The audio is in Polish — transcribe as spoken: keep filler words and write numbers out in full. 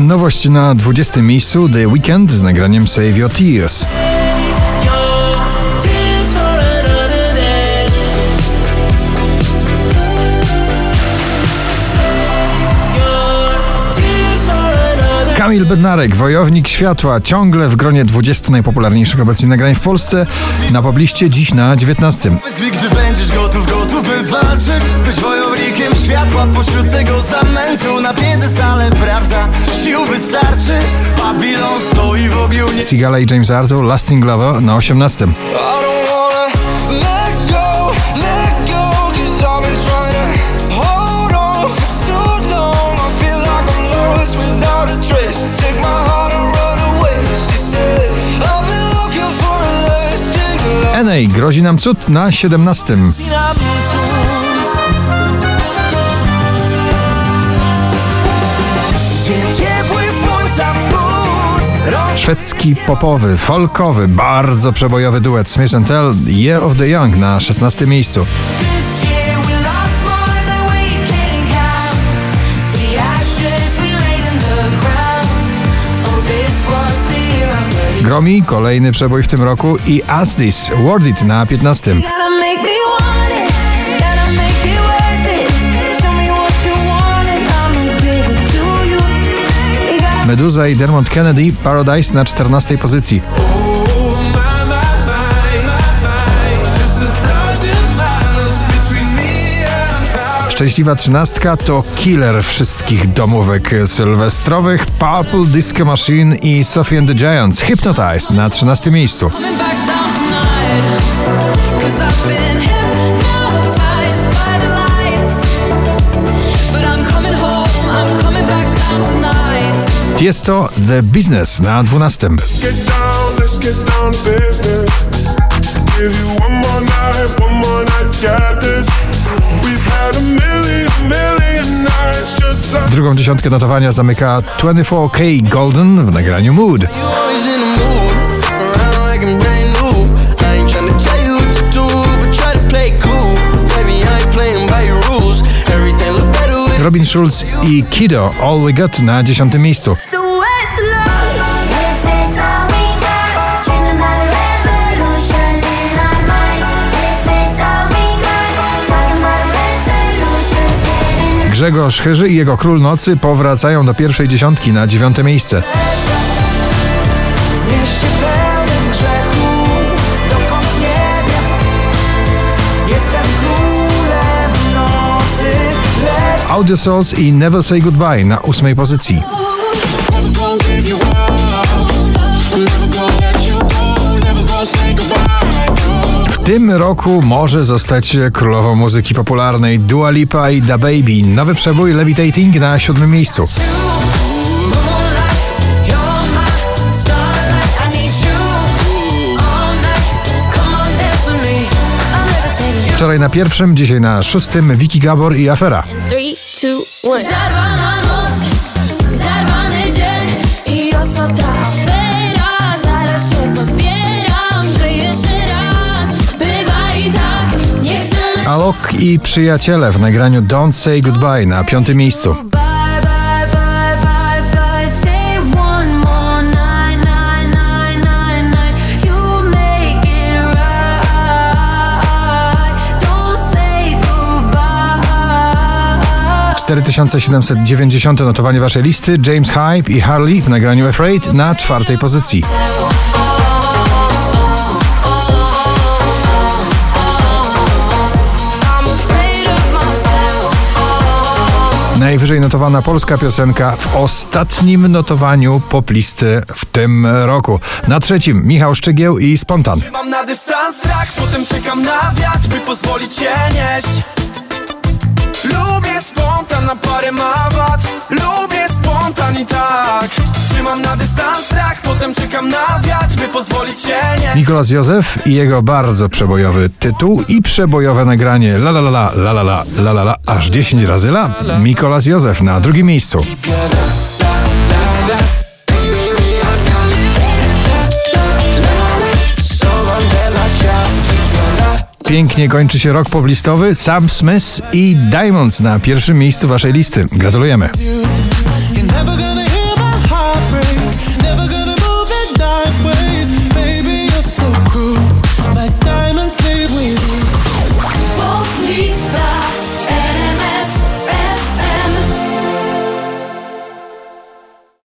Nowość na dwudziestym miejscu The Weeknd z nagraniem Save Your Tears. Kamil Bednarek, Wojownik Światła, ciągle w gronie dwudziestu najpopularniejszych obecnie nagrań w Polsce. Na pobliście dziś na dziewiętnastym. Gdy będziesz gotów, gotów by walczyć, być wojownikiem światła pośród tego zamętu. Na piedestale prawda, sił wystarczy. Babylon stoi w ogniu. Sigala i James Arthur, Lasting Lover na osiemnastym. N A grozi nam cud na siedemnastym. Szwedzki popowy, folkowy, bardzo przebojowy duet Smith and Tell, Year of the Young na szesnastym miejscu. Gromi kolejny przebój w tym roku i As This, Worth It na piętnastym. Meduza i Dermot Kennedy, Paradise na czternastej pozycji. Szczęśliwa trzynastka to killer wszystkich domówek sylwestrowych. Purple Disco Machine i Sophie and the Giants, Hypnotize na trzynastym miejscu. Tiesto The Business na dwunastym. Drugą dziesiątkę notowania zamyka dwadzieścia cztery K Golden w nagraniu Mood. Robin Schulz i Kido, All We Got na dziesiątym miejscu. Grzegorz Chyży i jego Król Nocy powracają do pierwszej dziesiątki na dziewiąte miejsce. Audio Souls i Never Say Goodbye na ósmej pozycji. W tym roku może zostać królową muzyki popularnej Dua Lipa i Da Baby. Nowy przebój Levitating na siódmym miejscu. Wczoraj na pierwszym, dzisiaj na szóstym Vicky Gabor i Afera. three, two, one. Zarwana noc, zarwany dzień i o co ta afera? Zaraz się pozbieram, że jeszcze raz bywa i tak, nie chcę... Alok i Przyjaciele w nagraniu Don't Say Goodbye na piątym miejscu. cztery tysiące siedemset dziewięćdziesiąte notowanie waszej listy. James Hype i Harley w nagraniu Afraid na czwartej pozycji. Najwyżej notowana polska piosenka w ostatnim notowaniu poplisty w tym roku. Na trzecim Michał Szczygieł i Spontan. Mam na dystans strach, potem czekam na wiatr, by pozwolić się nieść. Lubię spontan, na parę ma wad. Lubię spontan i tak. Trzymam na dystans strach, potem czekam na wiatr, by pozwolić się nie. Nicolas Józef i jego bardzo przebojowy tytuł i przebojowe nagranie La la la la la la la la la la aż dziesięć razy la. Nicolas Józef na drugim miejscu. Pięknie kończy się rok poblistowy. Sam Smith i Diamonds na pierwszym miejscu waszej listy. Gratulujemy.